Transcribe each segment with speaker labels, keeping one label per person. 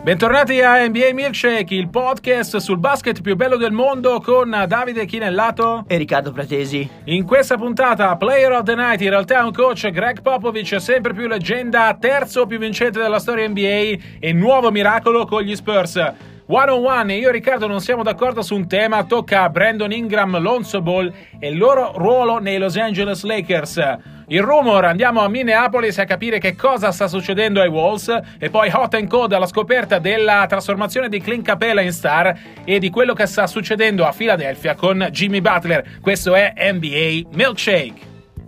Speaker 1: Bentornati a NBA Milkshake, il podcast sul basket più bello del mondo con Davide Chinellato
Speaker 2: e Riccardo Pratesi.
Speaker 1: In questa puntata, Player of the Night, in realtà è un coach, Greg Popovich, sempre più leggenda, terzo più vincente della storia NBA e nuovo miracolo con gli Spurs. One on one, io e Riccardo non siamo d'accordo su un tema, tocca a Brandon Ingram, Lonzo Ball e il loro ruolo nei Los Angeles Lakers. Il rumor, andiamo a Minneapolis a capire che cosa sta succedendo ai Wolves e poi hot and cold alla scoperta della trasformazione di Clint Capela in star e di quello che sta succedendo a Philadelphia con Jimmy Butler. Questo è NBA Milkshake.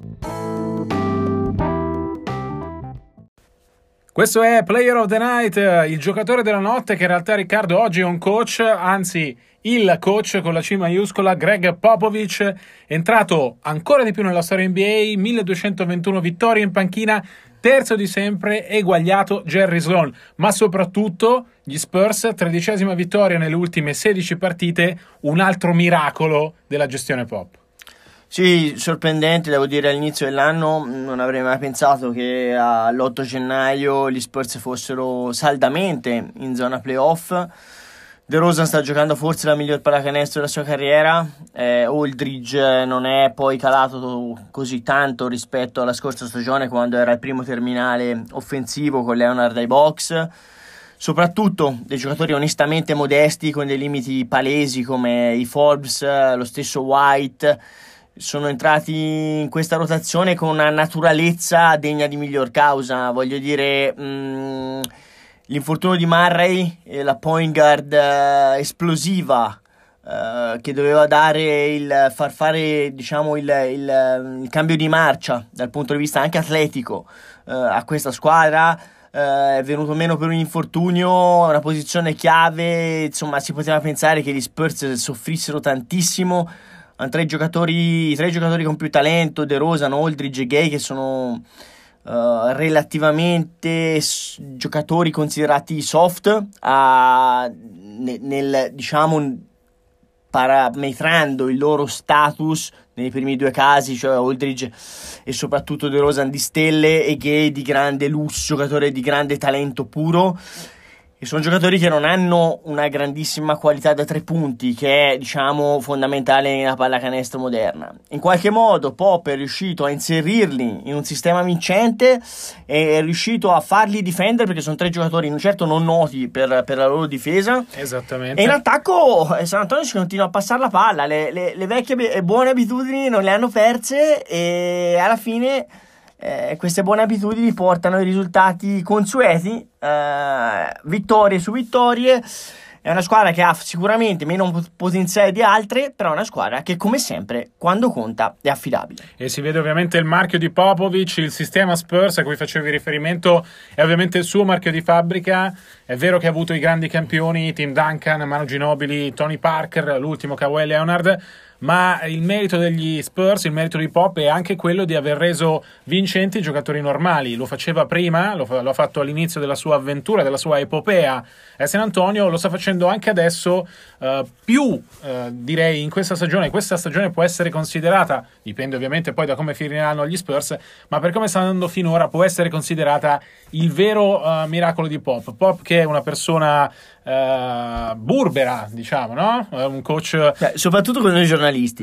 Speaker 1: Questo è Player of the Night, il giocatore della notte che in realtà Riccardo oggi è un coach, anzi il coach con la C maiuscola, Greg Popovich, entrato ancora di più nella storia NBA, 1221 vittorie in panchina, terzo di sempre, eguagliato Jerry Sloan, ma soprattutto gli Spurs, 13ª vittoria nelle ultime 16 partite, un altro miracolo della gestione Pop.
Speaker 2: Sì, sorprendente, devo dire, all'inizio dell'anno non avrei mai pensato che all'8 gennaio gli Spurs fossero saldamente in zona playoff. DeRozan sta giocando forse la miglior pallacanestro della sua carriera, Aldridge non è poi calato così tanto rispetto alla scorsa stagione quando era il primo terminale offensivo con Leonard ai box. Soprattutto dei giocatori onestamente modesti con dei limiti palesi come i Forbes, lo stesso White, sono entrati in questa rotazione con una naturalezza degna di miglior causa. Voglio dire, l'infortunio di Murray e la point guard esplosiva che doveva dare far fare, diciamo, il cambio di marcia dal punto di vista anche atletico a questa squadra, è venuto meno per un infortunio, una posizione chiave. Insomma, si poteva pensare che gli Spurs soffrissero tantissimo. Hanno tre giocatori con più talento, DeRozan, Aldridge e Gay, che sono relativamente giocatori considerati soft, diciamo parametrando il loro status nei primi due casi, cioè Aldridge e soprattutto DeRozan di stelle e Gay di grande lusso, giocatore di grande talento puro. E sono giocatori che non hanno una grandissima qualità da tre punti, che è, diciamo, fondamentale nella pallacanestro moderna. In qualche modo Pop è riuscito a inserirli in un sistema vincente e è riuscito a farli difendere, perché sono tre giocatori certo non noti per la loro difesa.
Speaker 1: Esattamente.
Speaker 2: E in attacco San Antonio si continua a passare la palla, le vecchie e buone abitudini non le hanno perse e alla fine queste buone abitudini portano ai risultati consueti, vittorie su vittorie. È una squadra che ha sicuramente meno potenziale di altre, però è una squadra che, come sempre, quando conta è affidabile.
Speaker 1: E si vede ovviamente il marchio di Popovich, il sistema Spurs a cui facevi riferimento è ovviamente il suo marchio di fabbrica. È vero che ha avuto i grandi campioni, Tim Duncan, Manu Ginobili, Tony Parker, l'ultimo Kawhi Leonard, ma il merito degli Spurs, il merito di Pop è anche quello di aver reso vincenti i giocatori normali. Lo faceva prima, lo ha fatto all'inizio della sua avventura, della sua epopea a San Antonio, lo sta facendo anche adesso, direi in questa stagione. Questa stagione può essere considerata, dipende ovviamente poi da come finiranno gli Spurs, ma per come sta andando finora può essere considerata il vero miracolo di Pop che è una persona burbera, diciamo, no? Un coach
Speaker 2: soprattutto con i giornalisti,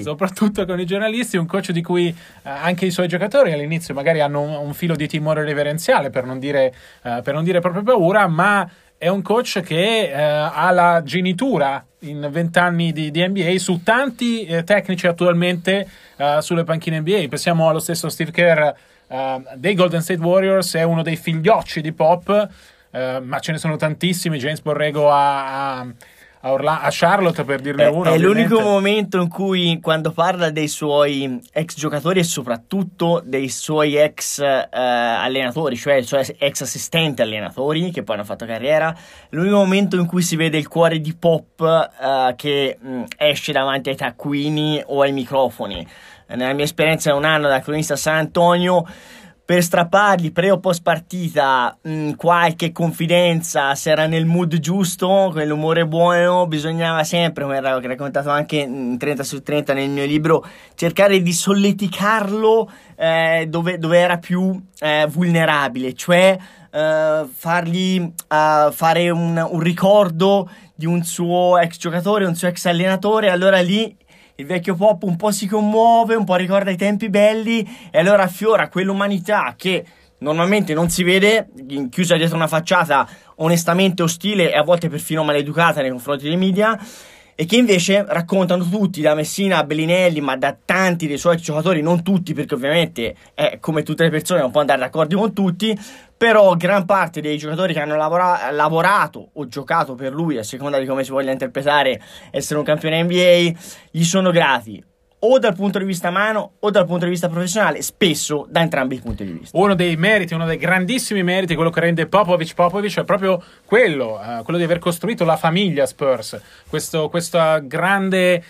Speaker 1: un coach di cui anche i suoi giocatori all'inizio magari hanno un filo di timore reverenziale, per non dire proprio paura, ma è un coach che ha la genitura in 20 anni di NBA su tanti tecnici attualmente sulle panchine NBA. Pensiamo allo stesso Steve Kerr dei Golden State Warriors, è uno dei figliocci di Pop, ma ce ne sono tantissimi. James Borrego a Charlotte, per dirne uno.
Speaker 2: È l'unico momento in cui, quando parla dei suoi ex giocatori e soprattutto dei suoi ex allenatori, cioè i suoi ex assistenti allenatori che poi hanno fatto carriera, è l'unico momento in cui si vede il cuore di Pop che esce davanti ai taccuini o ai microfoni. Nella mia esperienza, un anno da cronista a San Antonio, per strappargli pre o post partita qualche confidenza, se era nel mood giusto, quell'umore buono, bisognava sempre, come era raccontato anche in 30 su 30 nel mio libro, cercare di solleticarlo dove era più vulnerabile, cioè fargli fare un ricordo di un suo ex giocatore, un suo ex allenatore. Allora lì il vecchio Pop un po' si commuove, un po' ricorda i tempi belli e allora affiora quell'umanità che normalmente non si vede, chiusa dietro una facciata onestamente ostile e a volte perfino maleducata nei confronti dei media, e che invece raccontano tutti, da Messina a Bellinelli, ma da tanti dei suoi giocatori, non tutti perché ovviamente come tutte le persone non può andare d'accordo con tutti, però gran parte dei giocatori che hanno lavorato o giocato per lui, a seconda di come si voglia interpretare essere un campione NBA, gli sono grati o dal punto di vista umano o dal punto di vista professionale, spesso da entrambi i punti di vista.
Speaker 1: Uno dei meriti, uno dei grandissimi meriti, quello che rende Popovich è proprio quello di aver costruito la famiglia Spurs, questo grande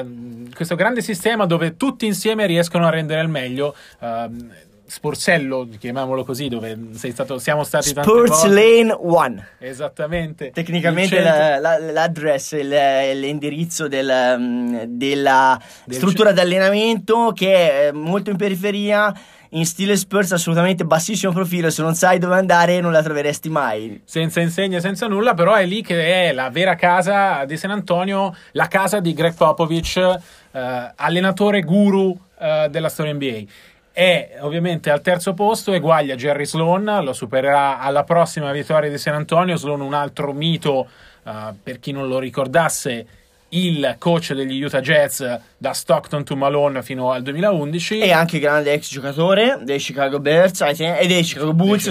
Speaker 1: sistema dove tutti insieme riescono a rendere il meglio. Sporsello, chiamiamolo così, dove siamo stati tante volte.
Speaker 2: Sports Lane 1.
Speaker 1: Esattamente.
Speaker 2: Tecnicamente l'address, l'indirizzo della struttura di allenamento, che è molto in periferia, in stile Spurs, assolutamente bassissimo profilo. Se non sai dove andare non la troveresti mai.
Speaker 1: Senza insegne, senza nulla, però è lì che è la vera casa di San Antonio, la casa di Greg Popovich, allenatore guru della storia NBA. È ovviamente al terzo posto, eguaglia Jerry Sloan, lo supererà alla prossima vittoria di San Antonio. Sloan, un altro mito, per chi non lo ricordasse, il coach degli Utah Jazz da Stockton to Malone fino al 2011,
Speaker 2: e anche grande ex giocatore dei Chicago Bears e dei Chicago Bulls,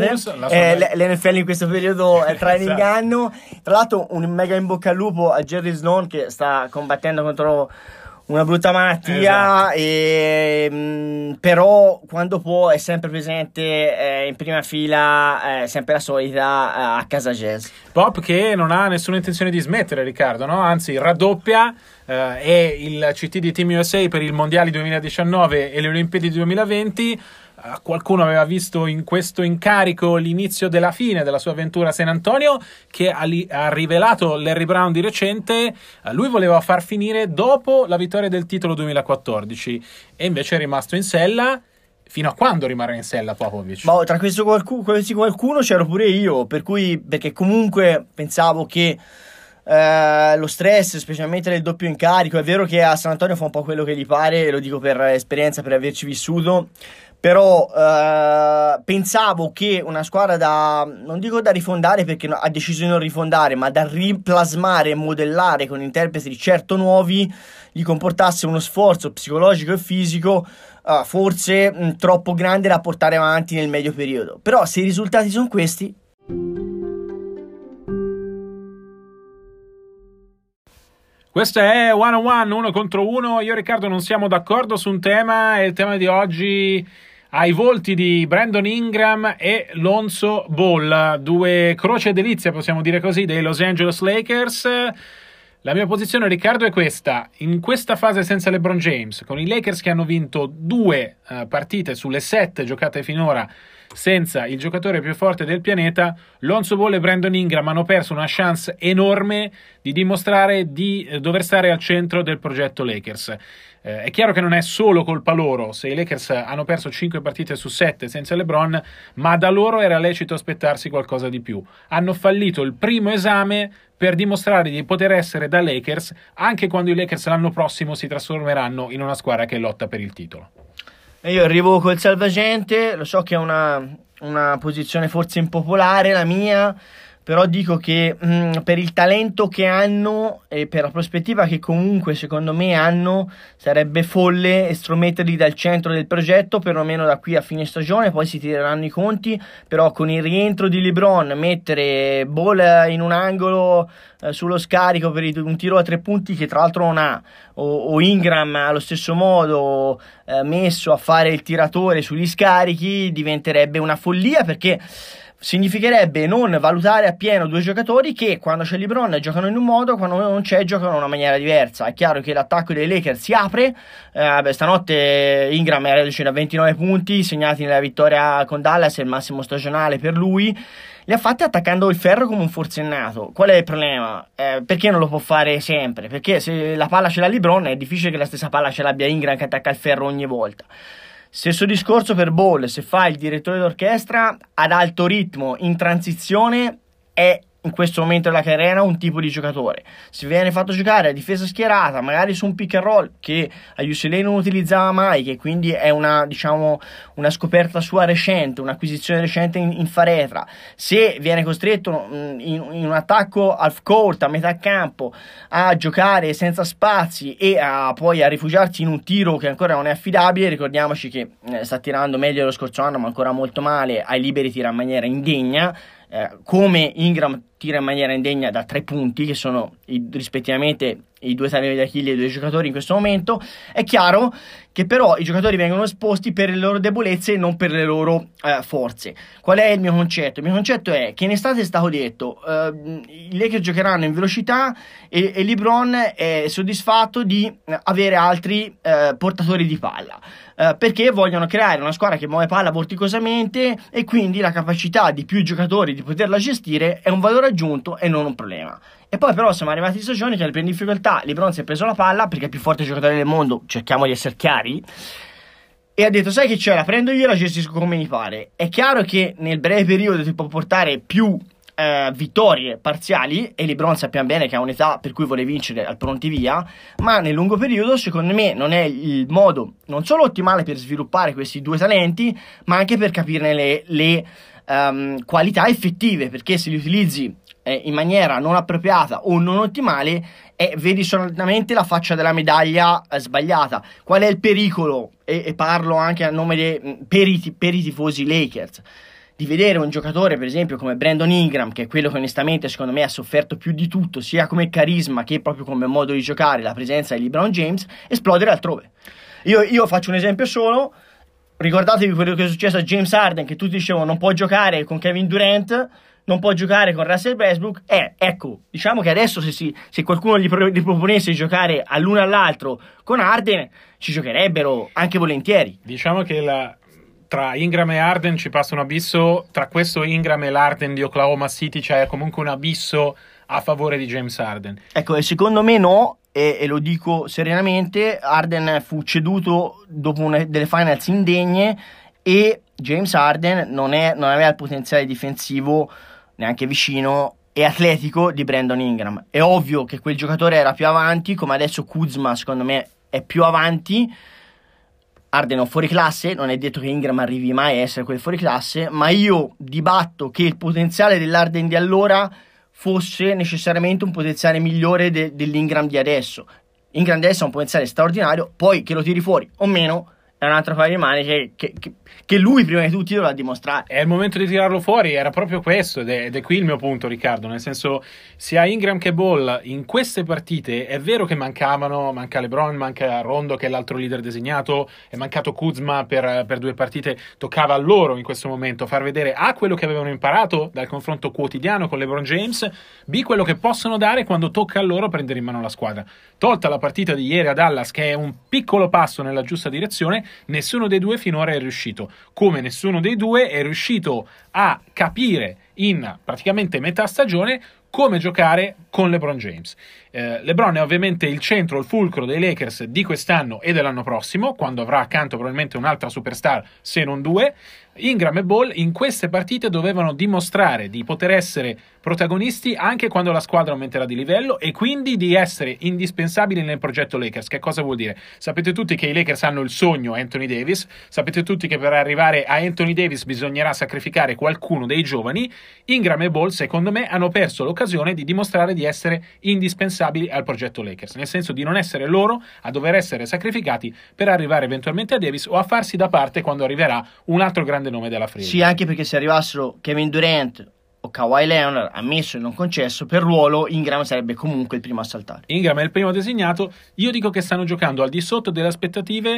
Speaker 2: l'NFL in questo periodo tra in inganno. Tra l'altro un mega in bocca al lupo a Jerry Sloan, che sta combattendo contro una brutta malattia, esatto. Però quando può è sempre presente in prima fila, sempre la solita a casa Jazz.
Speaker 1: Pop che non ha nessuna intenzione di smettere, Riccardo, no? Anzi raddoppia, è il CT di Team USA per il Mondiali 2019 e le Olimpiadi 2020. Qualcuno aveva visto in questo incarico l'inizio della fine della sua avventura a San Antonio, che ha rivelato Larry Brown di recente. Lui voleva far finire dopo la vittoria del titolo 2014 e invece è rimasto in sella. Fino a quando rimarrà in sella Popovich?
Speaker 2: Tra questo qualcuno c'ero pure io, perché comunque pensavo che lo stress, specialmente del doppio incarico, è vero che a San Antonio fa un po' quello che gli pare, lo dico per esperienza, per averci vissuto, però pensavo che una squadra non dico da rifondare perché ha deciso di non rifondare, ma da riplasmare e modellare con interpreti certo nuovi, gli comportasse uno sforzo psicologico e fisico forse troppo grande da portare avanti nel medio periodo. Però se i risultati sono questi...
Speaker 1: Questo è One on One, 1 contro 1. Io e Riccardo non siamo d'accordo su un tema, e il tema di oggi ha i volti di Brandon Ingram e Lonzo Ball, due croce delizia, possiamo dire così, dei Los Angeles Lakers. La mia posizione, Riccardo, è questa: in questa fase senza LeBron James, con i Lakers che hanno vinto 2 partite sulle 7 giocate finora senza il giocatore più forte del pianeta, Lonzo Ball e Brandon Ingram hanno perso una chance enorme di dimostrare di dover stare al centro del progetto Lakers. È chiaro che non è solo colpa loro se i Lakers hanno perso 5 partite su 7 senza LeBron, ma da loro era lecito aspettarsi qualcosa di più. Hanno fallito il primo esame per dimostrare di poter essere da Lakers anche quando i Lakers l'anno prossimo si trasformeranno in una squadra che lotta per il titolo.
Speaker 2: Io arrivo col salvagente, lo so che è una posizione forse impopolare la mia, però dico che per il talento che hanno e per la prospettiva che comunque secondo me hanno, sarebbe folle estrometterli dal centro del progetto, perlomeno da qui a fine stagione. Poi si tireranno i conti, però con il rientro di LeBron, mettere Ball in un angolo sullo scarico per un tiro a 3 punti che tra l'altro non ha, o Ingram allo stesso modo messo a fare il tiratore sugli scarichi, diventerebbe una follia, perché significherebbe non valutare appieno due giocatori che quando c'è LeBron giocano in un modo, quando non c'è giocano in una maniera diversa. È chiaro che l'attacco dei Lakers si apre, stanotte Ingram era vicino a 29 punti segnati nella vittoria con Dallas, è il massimo stagionale per lui. Li ha fatti attaccando il ferro come un forsennato. Qual è il problema? Perché non lo può fare sempre? Perché se la palla ce l'ha LeBron è difficile che la stessa palla ce l'abbia Ingram che attacca il ferro ogni volta. Stesso discorso per Ball, se fa il direttore d'orchestra ad alto ritmo in transizione è in questo momento della carriera un tipo di giocatore. Se viene fatto giocare a difesa schierata, magari su un pick and roll che a UCLA non utilizzava mai, che quindi è una scoperta sua recente, un'acquisizione recente in Faretra, se viene costretto in un attacco half court a metà campo a giocare senza spazi e poi a rifugiarsi in un tiro che ancora non è affidabile, ricordiamoci che sta tirando meglio lo scorso anno ma ancora molto male, ai liberi tira in maniera indegna, come Ingram tira in maniera indegna da 3 punti, che sono rispettivamente i 2 talloni d'Achille dei due giocatori in questo momento. È chiaro che però i giocatori vengono esposti per le loro debolezze e non per le loro forze. Qual è il mio concetto? Il mio concetto è che in estate è stato detto i Lakers giocheranno in velocità e LeBron è soddisfatto di avere altri portatori di palla, perché vogliono creare una squadra che muove palla vorticosamente e quindi la capacità di più giocatori di poterla gestire è un valore aggiunto e non un problema. E poi però siamo arrivati in stagione che in difficoltà LeBron si è preso la palla perché è il più forte giocatore del mondo, cerchiamo di essere chiari, e ha detto sai che c'è, la prendo io e la gestisco come mi pare. È chiaro che nel breve periodo ti può portare più vittorie parziali e LeBron sappiamo bene che ha un'età per cui vuole vincere al pronti via, ma nel lungo periodo secondo me non è il modo non solo ottimale per sviluppare questi due talenti ma anche per capirne le qualità effettive, perché se li utilizzi in maniera non appropriata o non ottimale vedi solamente la faccia della medaglia sbagliata. Qual è il pericolo? E parlo anche a nome per i tifosi Lakers, di vedere un giocatore per esempio come Brandon Ingram, che è quello che onestamente secondo me ha sofferto più di tutto sia come carisma che proprio come modo di giocare la presenza di LeBron James, esplodere altrove. Io faccio un esempio solo. Ricordatevi quello che è successo a James Harden, che tutti dicevano non può giocare con Kevin Durant, non può giocare con Russell Westbrook. Ecco, diciamo che adesso se qualcuno gli proponesse di giocare all'uno all'altro con Harden, ci giocherebbero anche volentieri.
Speaker 1: Diciamo che tra Ingram e Harden ci passa un abisso, tra questo Ingram e l'Harden di Oklahoma City c'è comunque un abisso a favore di James Harden.
Speaker 2: Ecco, e secondo me no, e lo dico serenamente, Harden fu ceduto dopo delle finals indegne e James Harden non aveva il potenziale difensivo neanche vicino e atletico di Brandon Ingram. È ovvio che quel giocatore era più avanti, come adesso Kuzma secondo me è più avanti. Harden è un fuoriclasse, non è detto che Ingram arrivi mai a essere quel fuoriclasse, ma io dibatto che il potenziale dell'Harden di allora fosse necessariamente un potenziale migliore dell'Ingram di adesso. Ingram di adesso ha un potenziale straordinario, poi che lo tiri fuori o meno è un altro paio di mani che lui prima di tutti dovrà dimostrare.
Speaker 1: È il momento di tirarlo fuori, era proprio questo ed è qui il mio punto, Riccardo, nel senso sia Ingram che Ball in queste partite è vero che manca LeBron, manca Rondo che è l'altro leader designato, è mancato Kuzma per 2 partite, toccava a loro in questo momento far vedere A quello che avevano imparato dal confronto quotidiano con LeBron James, B quello che possono dare quando tocca a loro prendere in mano la squadra. Tolta la partita di ieri a Dallas, che è un piccolo passo nella giusta direzione, nessuno dei due finora è riuscito, come nessuno dei due è riuscito a capire in praticamente metà stagione come giocare con LeBron James. LeBron è ovviamente il centro, il fulcro dei Lakers di quest'anno e dell'anno prossimo, quando avrà accanto probabilmente un'altra superstar, se non 2. Ingram e Ball in queste partite dovevano dimostrare di poter essere protagonisti anche quando la squadra aumenterà di livello e quindi di essere indispensabili nel progetto Lakers. Che cosa vuol dire? Sapete tutti che i Lakers hanno il sogno Anthony Davis, sapete tutti che per arrivare a Anthony Davis bisognerà sacrificare qualcuno dei giovani. Ingram e Ball secondo me hanno perso l'occasione di dimostrare di essere indispensabili al progetto Lakers, nel senso di non essere loro a dover essere sacrificati per arrivare eventualmente a Davis o a farsi da parte quando arriverà un altro grande nome della free.
Speaker 2: Sì, anche perché se arrivassero Kevin Durant o Kawhi Leonard, ammesso e non concesso, per ruolo Ingram sarebbe comunque il primo a saltare.
Speaker 1: Ingram è il primo designato. Io dico che stanno giocando al di sotto delle aspettative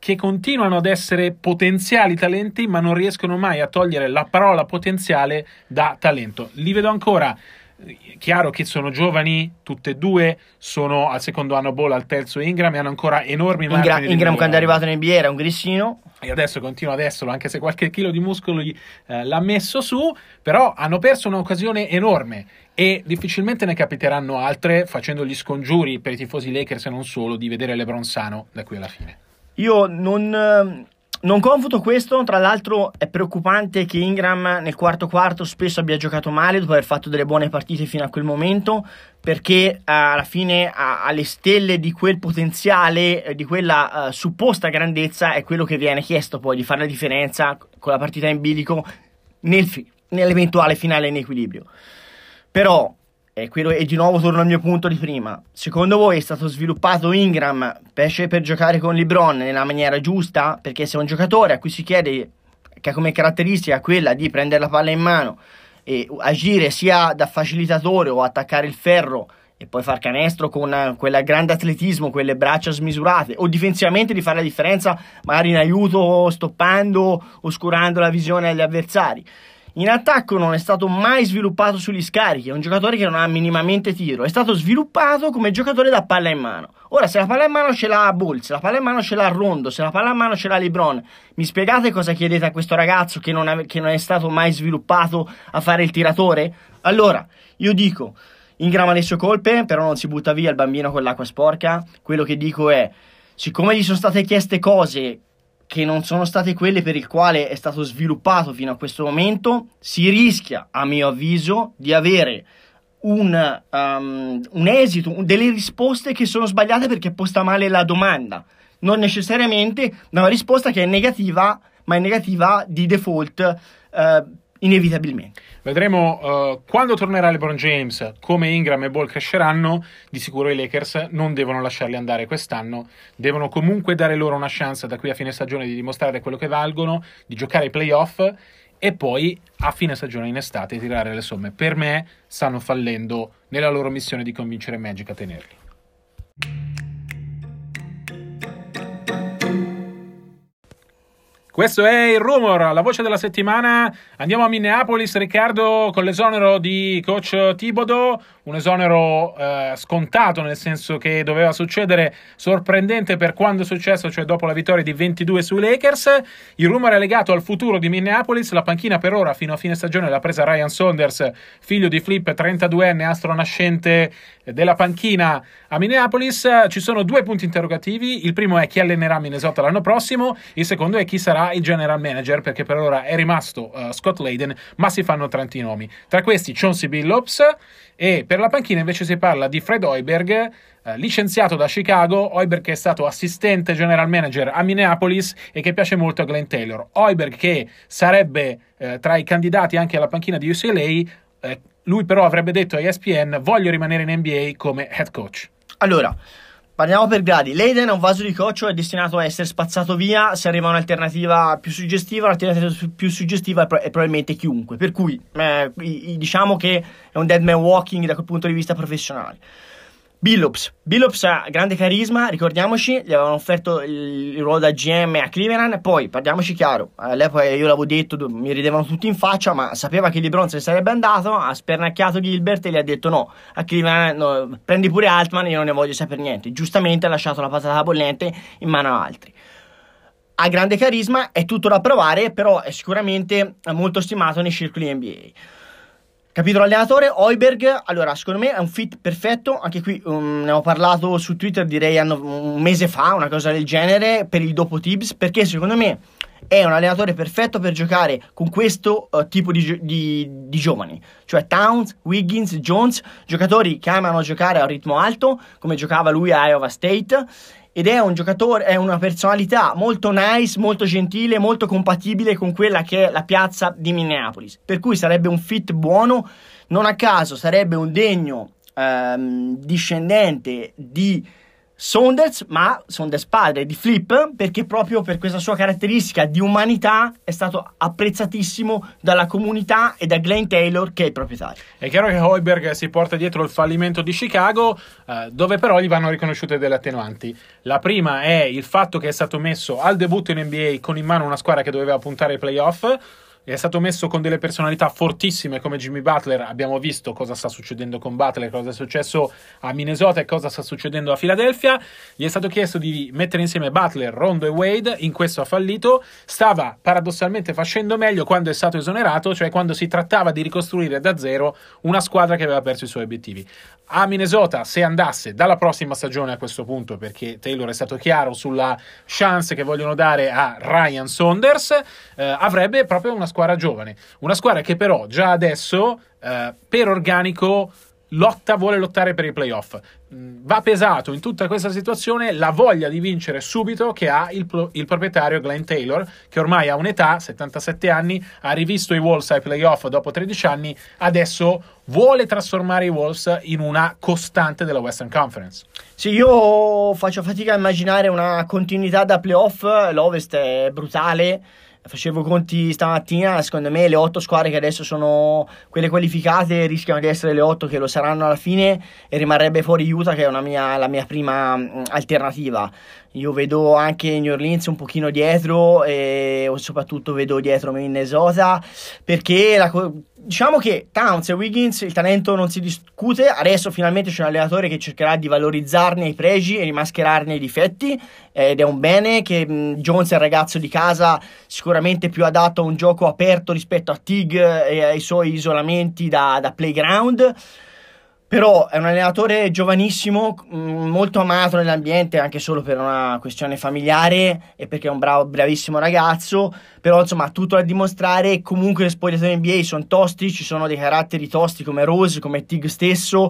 Speaker 1: che continuano ad essere potenziali talenti, ma non riescono mai a togliere la parola potenziale da talento. Li vedo ancora. Chiaro che sono giovani, tutte e due, sono al secondo anno Ball, al terzo Ingram, e hanno ancora enormi margini.
Speaker 2: Ingram quando è arrivato in NBA era un grissino
Speaker 1: e adesso continua ad esserlo, anche se qualche chilo di muscoli l'ha messo su, però hanno perso un'occasione enorme e difficilmente ne capiteranno altre, facendo gli scongiuri per i tifosi Lakers e non solo di vedere LeBron sano da qui alla fine.
Speaker 2: Io non confuto questo. Tra l'altro è preoccupante che Ingram nel quarto spesso abbia giocato male dopo aver fatto delle buone partite fino a quel momento, perché alla fine alle stelle di quel potenziale, di quella supposta grandezza, è quello che viene chiesto poi di fare la differenza con la partita in bilico nell'eventuale finale in equilibrio. Però e di nuovo torno al mio punto di prima. Secondo voi è stato sviluppato Ingram per giocare con LeBron nella maniera giusta? Perché se è un giocatore a cui si chiede, che ha come caratteristica quella di prendere la palla in mano e agire sia da facilitatore o attaccare il ferro e poi far canestro con quel grande atletismo, quelle braccia smisurate, o difensivamente di fare la differenza magari in aiuto, stoppando, oscurando la visione agli avversari, in attacco non è stato mai sviluppato sugli scarichi. È un giocatore che non ha minimamente tiro. È stato sviluppato come giocatore da palla in mano. Ora, se la palla in mano ce l'ha Ball, se la palla in mano ce l'ha Rondo, se la palla in mano ce l'ha LeBron, mi spiegate cosa chiedete a questo ragazzo che non è stato mai sviluppato a fare il tiratore? Allora, io dico, Ingram ha le sue colpe, però non si butta via il bambino con l'acqua sporca. Quello che dico è, siccome gli sono state chieste cose che non sono state quelle per il quale è stato sviluppato fino a questo momento, si rischia, a mio avviso, di avere un esito, delle risposte che sono sbagliate perché è posta male la domanda, non necessariamente una risposta che è negativa, ma è negativa di default, inevitabilmente.
Speaker 1: Vedremo quando tornerà LeBron James, come Ingram e Ball cresceranno. Di sicuro i Lakers non devono lasciarli andare quest'anno, devono comunque dare loro una chance da qui a fine stagione di dimostrare quello che valgono, di giocare ai playoff e poi a fine stagione in estate tirare le somme. Per me stanno fallendo nella loro missione di convincere Magic a tenerli. Questo è il Rumor, la voce della settimana. Andiamo a Minneapolis, Riccardo, con l'esonero di coach Thibodeau, un esonero scontato, nel senso che doveva succedere, sorprendente per quando è successo, cioè dopo la vittoria di 22 sui Lakers. Il Rumor è legato al futuro di Minneapolis, la panchina per ora fino a fine stagione l'ha presa Ryan Saunders, figlio di Flip, 32enne, astro nascente della panchina a Minneapolis. Ci sono due punti interrogativi: il primo è chi allenerà Minnesota l'anno prossimo, il secondo è chi sarà il general manager, perché per ora è rimasto Scott Layden, ma si fanno tanti nomi, tra questi Chauncey Billups, e per la panchina invece si parla di Fred Hoiberg, licenziato da Chicago. Hoiberg che è stato assistente general manager a Minneapolis e che piace molto a Glenn Taylor. Hoiberg che sarebbe tra i candidati anche alla panchina di UCLA, lui però avrebbe detto a ESPN: voglio rimanere in NBA come head coach.
Speaker 2: Allora, parliamo per gradi. Layden è un vaso di coccio, è destinato a essere spazzato via se arriva un'alternativa più suggestiva. L'alternativa più suggestiva è probabilmente chiunque, per cui diciamo che è un dead man walking da quel punto di vista professionale. Billups ha grande carisma, ricordiamoci, gli avevano offerto il ruolo da GM a Cleveland. Poi parliamoci chiaro, all'epoca io l'avevo detto, mi ridevano tutti in faccia, ma sapeva che LeBron se ne sarebbe andato, ha spernacchiato Gilbert e gli ha detto no, a Cleveland no, prendi pure Altman, io non ne voglio sapere niente. Giustamente ha lasciato la patata bollente in mano a altri. Ha grande carisma, è tutto da provare, però è sicuramente molto stimato nei circoli NBA. Capitolo allenatore, Hoiberg, allora secondo me è un fit perfetto, anche qui ne ho parlato su Twitter, direi un mese fa, una cosa del genere, per il dopo Tibbs, perché secondo me è un allenatore perfetto per giocare con questo tipo di giovani, cioè Towns, Wiggins, Jones, giocatori che amano giocare a un ritmo alto, come giocava lui a Iowa State, ed è un giocatore, è una personalità molto nice, molto gentile, molto compatibile con quella che è la piazza di Minneapolis, per cui sarebbe un fit buono. Non a caso sarebbe un degno discendente di Saunders, ma Saunders padre di Flip, perché proprio per questa sua caratteristica di umanità è stato apprezzatissimo dalla comunità e da Glenn Taylor, che è il proprietario.
Speaker 1: È chiaro che Hoiberg si porta dietro il fallimento di Chicago, dove però gli vanno riconosciute delle attenuanti. La prima è il fatto che è stato messo al debutto in NBA con in mano una squadra che doveva puntare ai playoff. È stato messo con delle personalità fortissime come Jimmy Butler. Abbiamo visto cosa sta succedendo con Butler, cosa è successo a Minnesota e cosa sta succedendo a Philadelphia. Gli è stato chiesto di mettere insieme Butler, Rondo e Wade. In questo ha fallito. Stava paradossalmente facendo meglio quando è stato esonerato, cioè quando si trattava di ricostruire da zero una squadra che aveva perso i suoi obiettivi. A Minnesota, se andasse dalla prossima stagione a questo punto, perché Taylor è stato chiaro sulla chance che vogliono dare a Ryan Saunders, avrebbe proprio una squadra giovane, una squadra che però già adesso per organico vuole lottare per i playoff. Va pesato in tutta questa situazione la voglia di vincere subito che ha il proprietario Glenn Taylor, che ormai ha un'età, 77 anni, ha rivisto i Wolves ai playoff dopo 13 anni, adesso vuole trasformare i Wolves in una costante della Western Conference.
Speaker 2: Sì, io faccio fatica a immaginare una continuità da playoff. L'Ovest è brutale. Facevo conti stamattina, secondo me le 8 squadre che adesso sono quelle qualificate rischiano di essere le 8 che lo saranno alla fine, e rimarrebbe fuori Utah, che è la mia prima alternativa. Io vedo anche New Orleans un pochino dietro, e soprattutto vedo dietro Minnesota, perché diciamo che Towns e Wiggins il talento non si discute. Adesso finalmente c'è un allenatore che cercherà di valorizzarne i pregi e rimascherarne i difetti, ed è un bene che Jones è il ragazzo di casa, sicuramente più adatto a un gioco aperto rispetto a Tig e ai suoi isolamenti da playground. Però è un allenatore giovanissimo, molto amato nell'ambiente, anche solo per una questione familiare e perché è un bravissimo ragazzo. Però insomma ha tutto da dimostrare. Comunque le spogliatoi NBA sono tosti, ci sono dei caratteri tosti come Rose, come Tig stesso,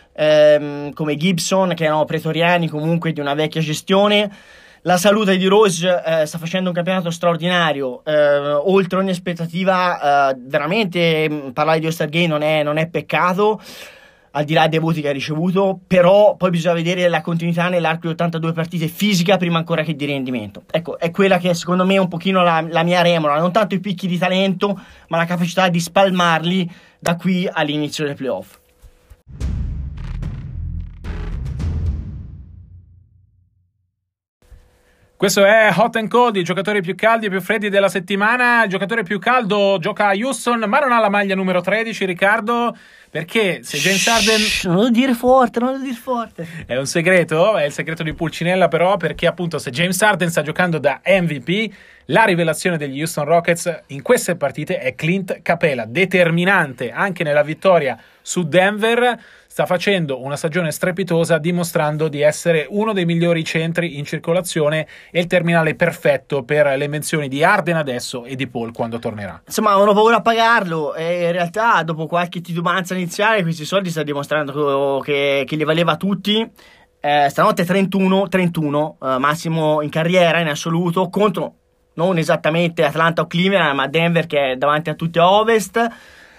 Speaker 2: come Gibson, che erano pretoriani comunque di una vecchia gestione. La salute di Rose sta facendo un campionato straordinario, oltre ogni aspettativa. Veramente parlare di All-Star Game non è peccato, al di là dei voti che ha ricevuto, però poi bisogna vedere la continuità nell'arco di 82 partite fisica prima ancora che di rendimento. Ecco, è quella che secondo me è un pochino la mia remora, non tanto i picchi di talento, ma la capacità di spalmarli da qui all'inizio dei playoff.
Speaker 1: Questo è Hot and Cold, i giocatori più caldi e più freddi della settimana. Il giocatore più caldo gioca a Houston, ma non ha la maglia numero 13, Riccardo, perché se James Harden...
Speaker 2: Non lo dire forte.
Speaker 1: È un segreto, è il segreto di Pulcinella però, perché appunto se James Harden sta giocando da MVP, la rivelazione degli Houston Rockets in queste partite è Clint Capela, determinante anche nella vittoria su Denver. Sta facendo una stagione strepitosa, dimostrando di essere uno dei migliori centri in circolazione e il terminale perfetto per le menzioni di Harden adesso e di Paul quando tornerà.
Speaker 2: Insomma, avevano paura a pagarlo, e in realtà dopo qualche titubanza iniziale questi soldi sta dimostrando che li valeva tutti. Stanotte 31, massimo in carriera in assoluto, contro non esattamente Atlanta o Cleveland, ma Denver, che è davanti a tutti a Ovest.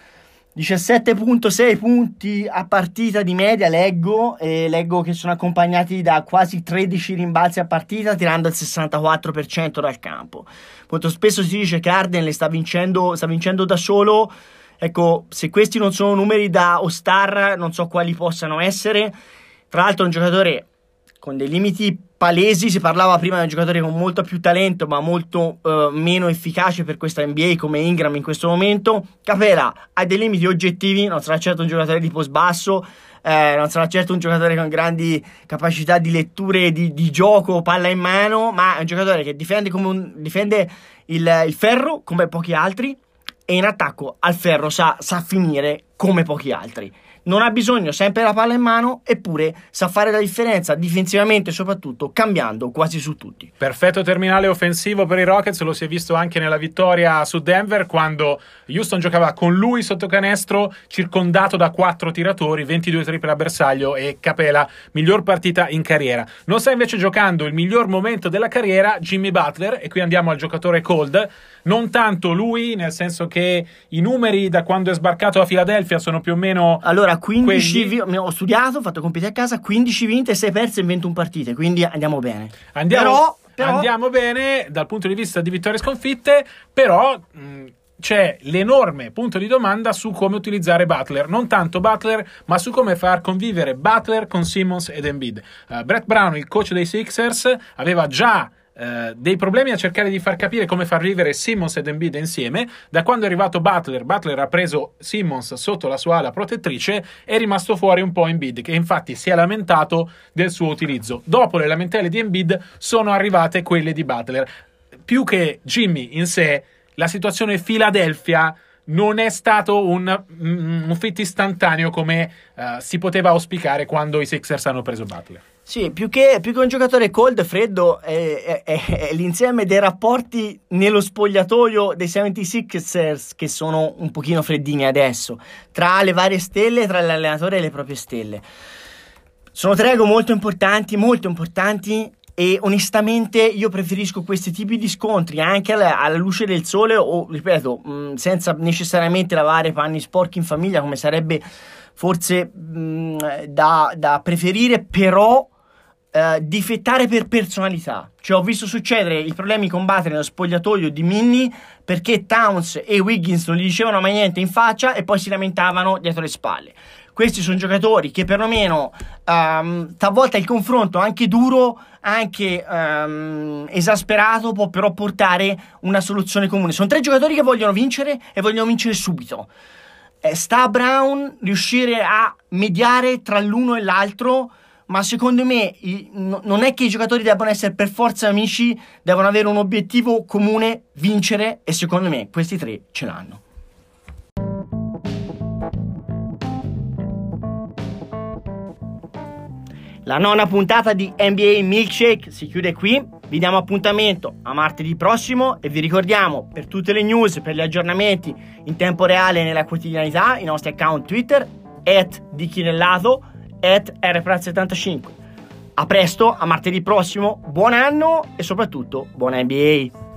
Speaker 2: 17.6 punti a partita di media, leggo che sono accompagnati da quasi 13 rimbalzi a partita, tirando il 64% dal campo. Molto spesso si dice che Harden le sta vincendo da solo. Ecco, se questi non sono numeri da All-Star, non so quali possano essere. Tra l'altro è un giocatore con dei limiti palesi. Si parlava prima di un giocatore con molto più talento ma molto meno efficace per questa NBA, come Ingram in questo momento. Capela ha dei limiti oggettivi, non sarà certo un giocatore di post basso, non sarà certo un giocatore con grandi capacità di letture di gioco, palla in mano, ma è un giocatore che difende il ferro come pochi altri, e in attacco al ferro sa finire come pochi altri. Non ha bisogno sempre della palla in mano, eppure sa fare la differenza difensivamente, soprattutto cambiando quasi su tutti.
Speaker 1: Perfetto terminale offensivo per i Rockets, lo si è visto anche nella vittoria su Denver, quando Houston giocava con lui sotto canestro, circondato da 4 tiratori, 22 triple a bersaglio, e Capela, miglior partita in carriera. Non sta invece giocando il miglior momento della carriera Jimmy Butler, e qui andiamo al giocatore cold. Non tanto lui, nel senso che i numeri da quando è sbarcato a Philadelphia sono più o meno...
Speaker 2: Allora, 15 ho studiato, ho fatto compiti a casa, 15 vinte e 6 perse in 21 partite, quindi andiamo bene. Però
Speaker 1: Andiamo bene dal punto di vista di vittorie e sconfitte, però c'è l'enorme punto di domanda su come utilizzare Butler. Non tanto Butler, ma su come far convivere Butler con Simmons ed Embiid. Brett Brown, il coach dei Sixers, aveva già dei problemi a cercare di far capire come far vivere Simmons ed Embiid insieme. Da quando è arrivato Butler ha preso Simmons sotto la sua ala protettrice, è rimasto fuori un po' Embiid, che infatti si è lamentato del suo utilizzo. Dopo le lamentele di Embiid sono arrivate quelle di Butler. Più che Jimmy in sé, la situazione Philadelphia non è stato un fit istantaneo come si poteva auspicare quando i Sixers hanno preso Butler.
Speaker 2: Sì, più che un giocatore cold, freddo, è l'insieme dei rapporti nello spogliatoio dei 76ers che sono un pochino freddini adesso, tra le varie stelle, tra l'allenatore e le proprie stelle. Sono tre ego molto importanti, e onestamente io preferisco questi tipi di scontri anche alla luce del sole o, ripeto, senza necessariamente lavare panni sporchi in famiglia, come sarebbe forse da preferire, però difettare per personalità. Cioè, ho visto succedere i problemi con Butler nello spogliatoio di Minnie perché Towns e Wiggins non gli dicevano mai niente in faccia e poi si lamentavano dietro le spalle. Questi sono giocatori che perlomeno talvolta il confronto anche duro, anche esasperato, può però portare una soluzione comune. Sono tre giocatori che vogliono vincere e vogliono vincere subito. Sta a Brown riuscire a mediare tra l'uno e l'altro, ma secondo me non è che i giocatori debbano essere per forza amici, devono avere un obiettivo comune, vincere, e secondo me questi tre ce l'hanno. La nona puntata di NBA Milkshake si chiude qui. Vi diamo appuntamento a martedì prossimo e vi ricordiamo, per tutte le news, per gli aggiornamenti in tempo reale nella quotidianità, i nostri account Twitter @dichinellato, @rpraz75. A presto, a martedì prossimo, buon anno e soprattutto buona NBA.